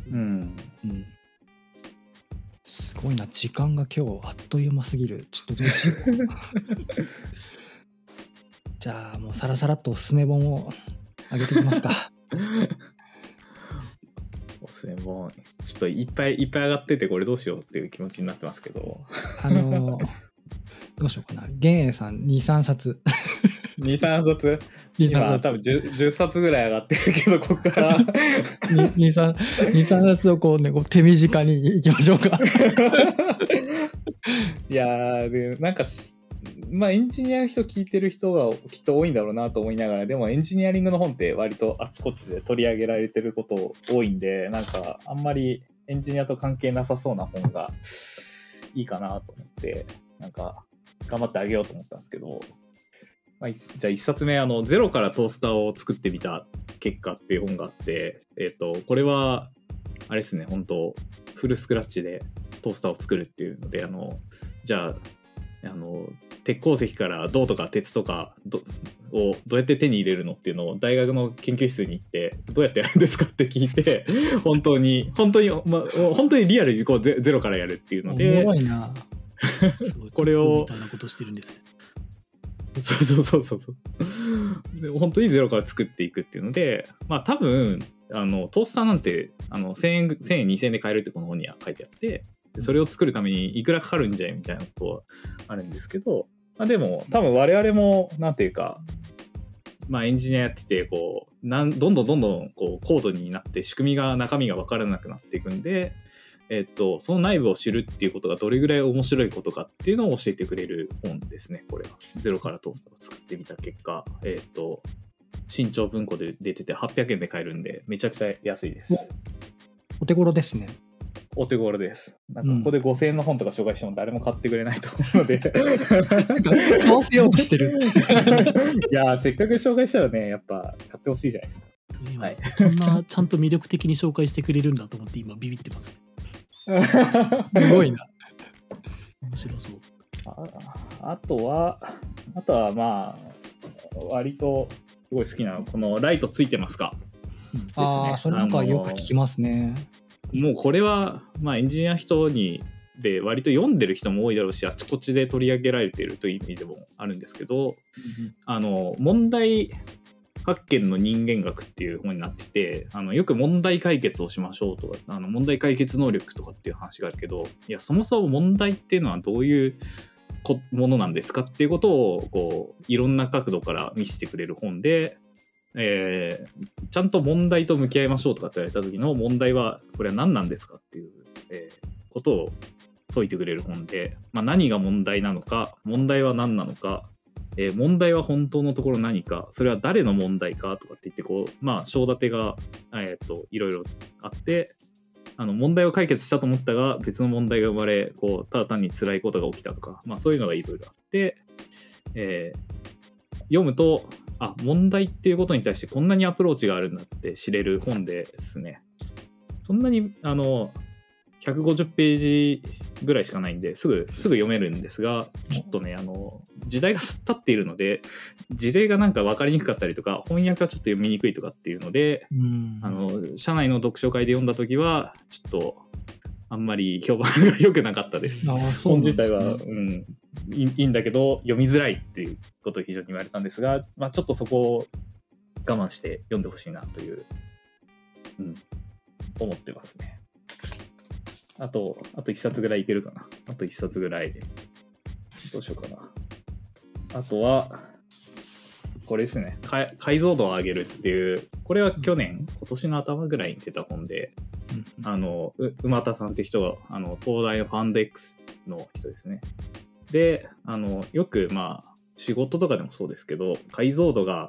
すごいな、時間が今日あっという間すぎる。ちょっとどうしよう。じゃあもうサラサラっとおすすめ本をあげていきますか。 おすすめ本ちょっといっぱい上がっててこれどうしようっていう気持ちになってますけど、 どうしようかな。玄英さん 2,3 冊 2,3 冊今多分 10冊ぐらい上がってるけど、ここから 2,3 冊をこう手短にいきましょうか。 いやーでなんかエンジニアの人聞いてる人がきっと多いんだろうなと思いながら、でもエンジニアリングの本って割とあちこちで取り上げられてること多いんで、なんかあんまりエンジニアと関係なさそうな本がいいかなと思ってなんか頑張ってあげようと思ったんですけど、じゃあ1冊目ゼロからトースターを作ってみた結果っていう本があって、これはあれですね、本当フルスクラッチでトースターを作るっていうので、じゃあ鉄鉱石から銅とか鉄とかをどうやって手に入れるのっていうのを大学の研究室に行ってどうやってやるんですかって聞いて本当にリアルにこうゼロからやるっていうので、 おもろいな。 これをみたいなことしてるんですね。 そうで本当にゼロから作っていくっていうので、多分トースターなんて1000円2000円で買えるってこの本には書いてあって、それを作るためにいくらかかるんじゃいみたいなことはあるんですけど、でも多分我々もなんていうか、エンジニアやっててこうどんどんこう高度になって中身が分からなくなっていくんで、その内部を知るっていうことがどれぐらい面白いことかっていうのを教えてくれる本ですね。これはゼロからトースターを作ってみた結果、新潮文庫で出てて800円で買えるんでめちゃくちゃ安いです。 お手頃ですね。 お手頃です。なんかここで5000円の本とか紹介しても誰も買ってくれないと思うので、 買わせようとしてる。 いやせっかく紹介したらね、やっぱ買ってほしいじゃないですか。 こんなちゃんと魅力的に紹介してくれるんだと思って今ビビってます。 すごいな。 面白そう。 あとは割とすごい好きなのこのライトついてますか、ですね。 それなんかよく聞きますね。 もうこれはエンジニア人で割と読んでる人も多いだろうし、あちこちで取り上げられているという意味でもあるんですけど、問題発見の人間学っていう本になってて、よく問題解決をしましょうとか問題解決能力とかっていう話があるけど、いやそもそも問題っていうのはどういうものなんですかっていうことをこういろんな角度から見せてくれる本で、ちゃんと問題と向き合いましょうとかって言われた時の問題はこれは何なんですかっていう、ことを解いてくれる本で、何が問題なのか、問題は何なのか、問題は本当のところ何か、それは誰の問題かとかって言ってこう章立てが、いろいろあって、問題を解決したと思ったが別の問題が生まれこうただ単に辛いことが起きたとか、そういうのがいろいろあって、読むと問題っていうことに対してこんなにアプローチがあるんだって知れる本ですね。そんなに150ページぐらいしかないんですぐ読めるんですが、ちょっとね時代が経っているので事例がなんか分かりにくかったりとか翻訳がちょっと読みにくいとかっていうので、社内の読書会で読んだ時はちょっとあんまり評判が良くなかったです。本自体は、いいんだけど読みづらいっていうことを非常に言われたんですが、ちょっとそこを我慢して読んでほしいなという、思ってますね。あと1冊ぐらいいけるかな。あと1冊ぐらいどうしようかな。あとはこれですね、解像度を上げるっていう、これは今年の頭ぐらいに出た本で、馬田さんって人が東大のファンド X の人ですね。でよく仕事とかでもそうですけど解像度が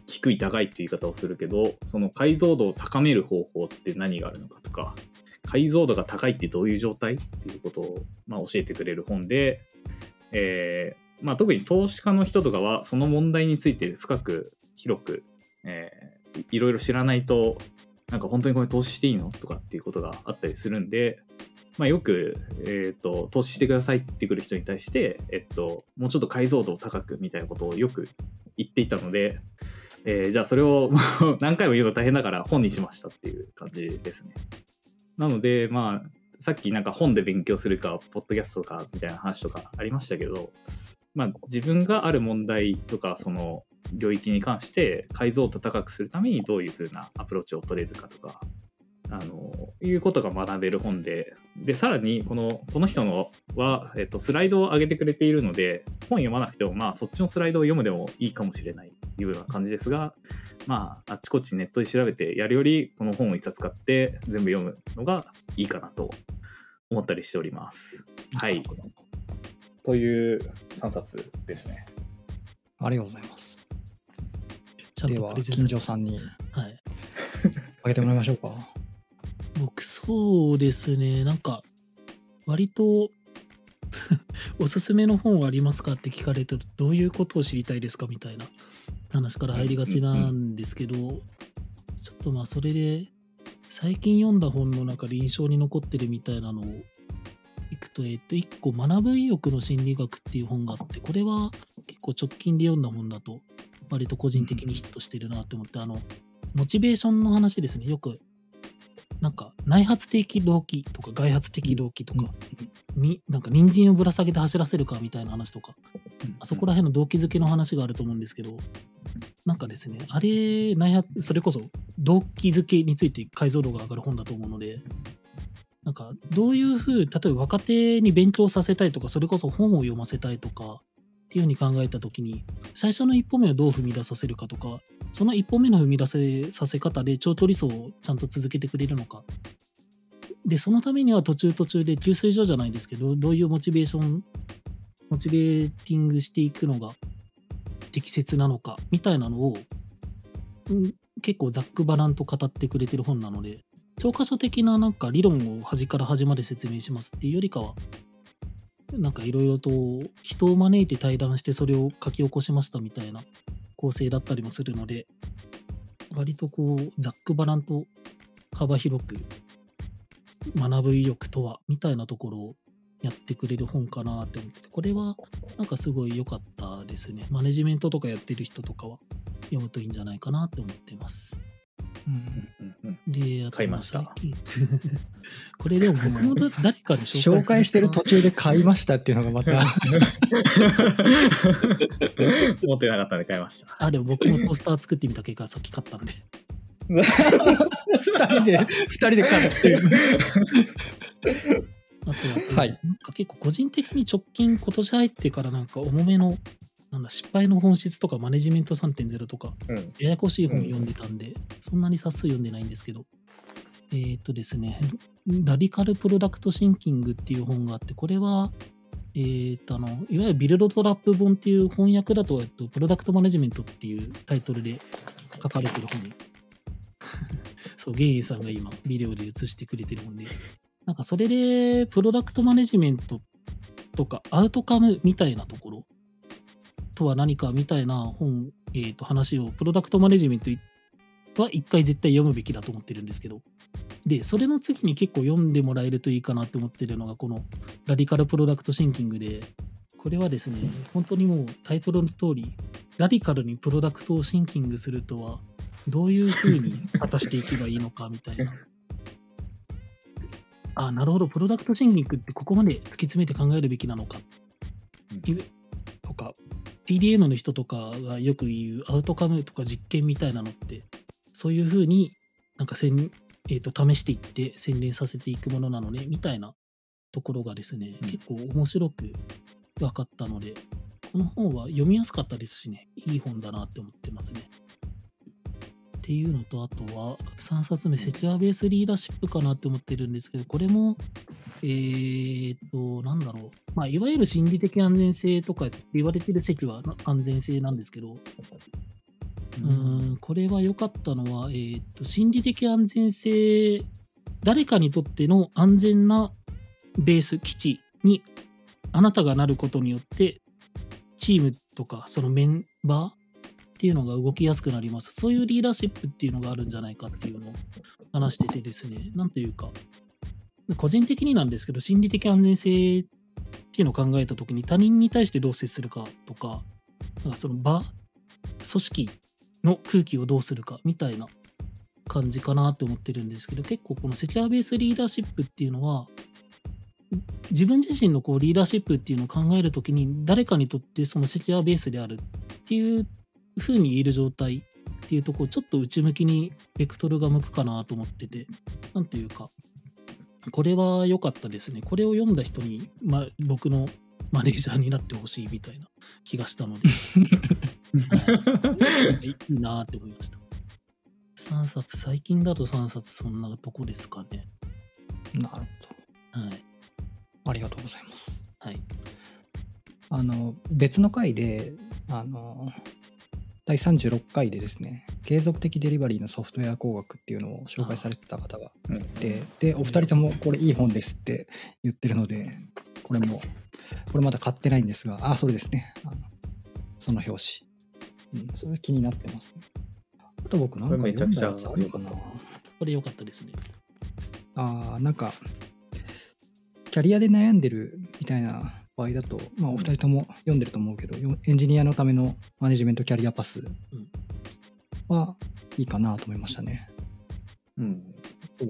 低い高いっていう言い方をするけど、その解像度を高める方法って何があるのかとか、解像度が高いってどういう状態っていうことを、教えてくれる本で、特に投資家の人とかはその問題について深く広く、いろいろ知らないと、なんか本当にこれ投資していいのとかっていうことがあったりするんで、よく、投資してくださいって言ってくる人に対して、もうちょっと解像度を高くみたいなことをよく言っていたので、じゃあそれを何回も言うの大変だから本にしましたっていう感じですね。なので、さっきなんか本で勉強するか、ポッドキャストかみたいな話とかありましたけど、自分がある問題とか、その領域に関して解像度高くするためにどういうふうなアプローチを取れるかとか、いうことが学べる本で、さらにこの人のは、スライドを上げてくれているので、本読まなくても、そっちのスライドを読むでもいいかもしれないというような感じですが、あっちこっちネットで調べてやるより、この本を一冊買って全部読むのがいいかなと思ったりしております。はい。という3冊ですね。 ありがとうございます。では、 ちゃんとプレゼン金城さんにはい。 あげてもらいましょうか。 僕そうですね、なんか割とおすすめの本ありますかって聞かれると、どういうことを知りたいですかみたいな話から入りがちなんですけど、ちょっとそれで最近読んだ本の中で印象に残ってるみたいなのをいくと、1個学ぶ意欲の心理学っていう本があって、これは結構直近で読んだ本だと割と個人的にヒットしてるなって思って、モチベーションの話ですね。よくなんか内発的動機とか外発的動機とかに、なんか人参をぶら下げて走らせるかみたいな話とか、あそこら辺の動機づけの話があると思うんですけど、なんかですね、あれそれこそ動機づけについて解像度が上がる本だと思うので、なんかどういうふう、例えば若手に勉強させたいとか、それこそ本を読ませたいとかっていうふうに考えたときに、最初の一歩目をどう踏み出させるかとか、その一歩目の踏み出させ方で長距離走をちゃんと続けてくれるのか。で、そのためには途中で給水所じゃないですけど、どういうモチベーティングしていくのが適切なのかみたいなのを、結構ざっくばらんと語ってくれてる本なので、教科書的ななんか理論を端から端まで説明しますっていうよりかは、なんかいろいろと人を招いて対談してそれを書き起こしましたみたいな構成だったりもするので、割とざっくばらんと幅広く学ぶ意欲とはみたいなところをやってくれる本かなって思ってて、これはなんかすごい良かったですね。マネジメントとかやってる人とかは読むといいんじゃないかなって思ってます。で、あと買いました。 最近これでも僕も誰かに紹介してる途中で買いましたっていうのがまた持ってなかったんで買いました。 でも僕もトースター作ってみた結果さっき買ったんで二人で買ってるあとはそうです、なんか結構個人的に直近今年入ってからなんか重めの失敗の本質とかマネジメント 3.0 とか、ややこしい本読んでたんで、そんなに冊数読んでないんですけど、ですね、ラディカルプロダクトシンキングっていう本があって、これは、いわゆるビルドトラップ本っていう翻訳だと、プロダクトマネジメントっていうタイトルで書かれてる本そう、ゲイさんが今ビデオで映してくれてる本で、なんかそれでプロダクトマネジメントとかアウトカムみたいなところとは何かみたいな本、話をプロダクトマネジメントは一回絶対読むべきだと思ってるんですけど、でそれの次に結構読んでもらえるといいかなって思ってるのがこのラディカルプロダクトシンキングで、これはですね、本当にもうタイトルの通りラディカルにプロダクトをシンキングするとはどういう風に果たしていけばいいのかみたいななるほど、プロダクトシンキングってここまで突き詰めて考えるべきなのか、とか PDM の人とかがよく言うアウトカムとか実験みたいなのってそういう風になんか試していって洗練させていくものなのねみたいなところがですね、結構面白く分かったので、この本は読みやすかったですしね、いい本だなって思ってますね。っていうのと、あとは3冊目セキュアベースリーダーシップかなって思ってるんですけど、これもなんだろう、いわゆる心理的安全性とか言われてるセキュアの安全性なんですけど、 これは良かったのは、心理的安全性、誰かにとっての安全なベース基地にあなたがなることによってチームとかそのメンバーっていうのが動きやすくなります。そういうリーダーシップっていうのがあるんじゃないかっていうのを話しててですね、なんというか個人的になんですけど、心理的安全性っていうのを考えた時に他人に対してどう接するかとか、なんかその場、組織の空気をどうするかみたいな感じかなと思ってるんですけど、結構このセキュアベースリーダーシップっていうのは自分自身のこうリーダーシップっていうのを考えるときに誰かにとってそのセキュアベースであるっていう風に言える状態っていうところちょっと内向きにベクトルが向くかなと思ってて、なんていうかこれは良かったですね。これを読んだ人に、僕のマネージャーになってほしいみたいな気がしたのでいいなって思いました。3冊、最近だと3冊そんなとこですかね。 なるほど。 はい。 ありがとうございます。 はい。 別の回で、第36回でですね、継続的デリバリーのソフトウェア工学っていうのを紹介されてた方がいて、で、お二人ともこれいい本ですって言ってるので、これまだ買ってないんですが、それですね。その表紙。それ気になってますね。あと僕なんか読んだやつあるかな。 これ良かったですね。 なんか、キャリアで悩んでるみたいな場合だと、お二人とも読んでると思うけど、エンジニアのためのマネジメントキャリアパスはいいかなと思いましたね。あ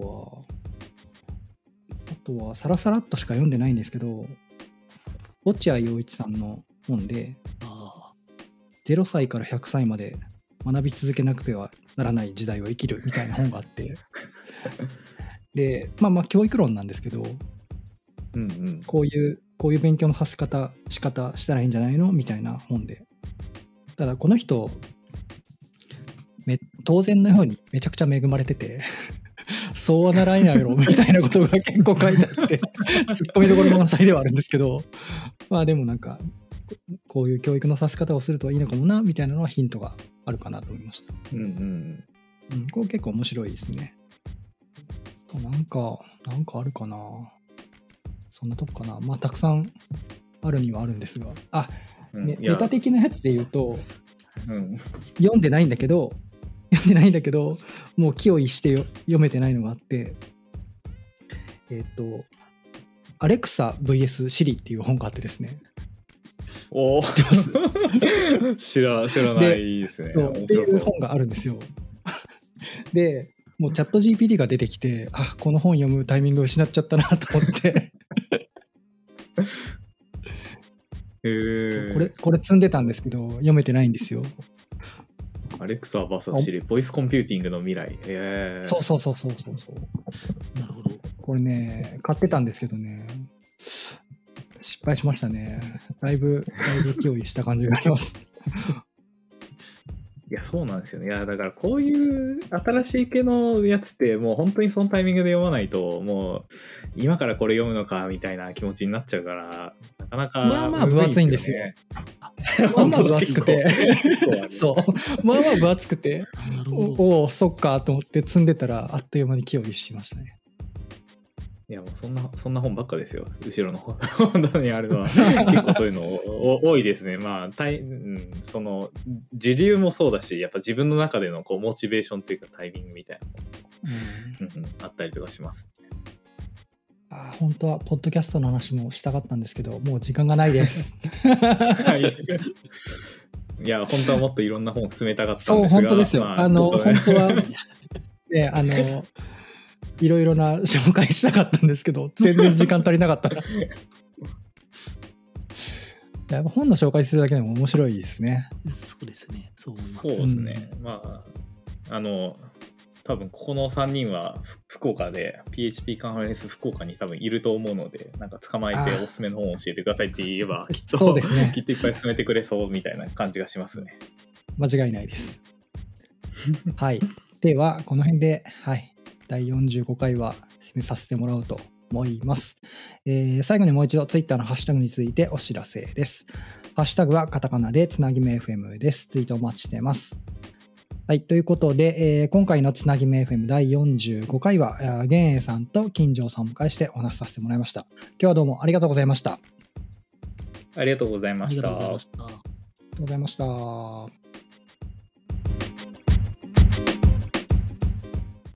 とはさらさらっとしか読んでないんですけど、落合陽一さんの本で、0歳から100歳まで学び続けなくてはならない時代を生きるみたいな本があってで、教育論なんですけど、こういう勉強の仕方したらいいんじゃないのみたいな本で、ただこの人当然のようにめちゃくちゃ恵まれててそうはならんやろみたいなことが結構書いてあってツッコミどころ満載ではあるんですけど、でもなんかこういう教育のさせ方をするといいのかもなみたいなのはヒントがあるかなと思いました。これ結構面白いですね。なんかあるかな。そんなとこかな。たくさんあるにはあるんですが、ネタ的なやつで言うと、読んでないんだけどもう気を逸して読めてないのがあって、アレクサ vs シリっていう本があってですね。知ってます知らないですね。 そうっていう本があるんですよ。でもうチャット GPT が出てきて、この本読むタイミングを失っちゃったなと思ってこれ積んでたんですけど読めてないんですよ。 アレクサ vs シリ、ボイスコンピューティングの未来。 そう。 なるほど。 これね、買ってたんですけどね、失敗しましたね。だいぶ気を逸した感じがあります。 いや、そうなんですよね。いや、だからこういう新しい系のやつってもう本当にそのタイミングで読まないと、もう今からこれ読むのかみたいな気持ちになっちゃうから、なかなか分厚いんですよ。分厚くてそう分厚くてそっかと思って積んでたらあっという間に気を逸しましたね。 いやもうそんな本ばっかですよ。後ろの本棚にあるのは結構そういうの多いですね。その時流もそうだし、やっぱ自分の中でのこうモチベーションというかタイミングみたいなあったりとかします。 本当はポッドキャストの話もしたかったんですけど、もう時間がないです。 いや本当はもっといろんな本を進めたかったんですが、 本当ですよ。本当は、いろいろな紹介したかったんですけど、全然時間足りなかったら。やっぱ本の紹介するだけでも面白いですね。 そうですね。そう思います。 そうですね。多分ここの3人は福岡で PHP カンファレンス福岡に多分いると思うので、なんか捕まえておすすめの本を教えてくださいって言えばきっと、 そうですね、 きっといっぱい進めてくれそうみたいな感じがしますね。 間違いないです。はい。ではこの辺で、第45回は締めさせてもらおうと思います。最後にもう一度 Twitter のハッシュタグについてお知らせです。ハッシュタグはカタカナでつなぎめ FM です。ツイートお待ちしてます。 はい、ということで、今回のつなぎめ FM 第45回は、玄英さんと金城さんをお迎えしてお話しさせてもらいました。今日はどうもありがとうございました。 ありがとうございまありした。 がとうございました。 ありがとうございました。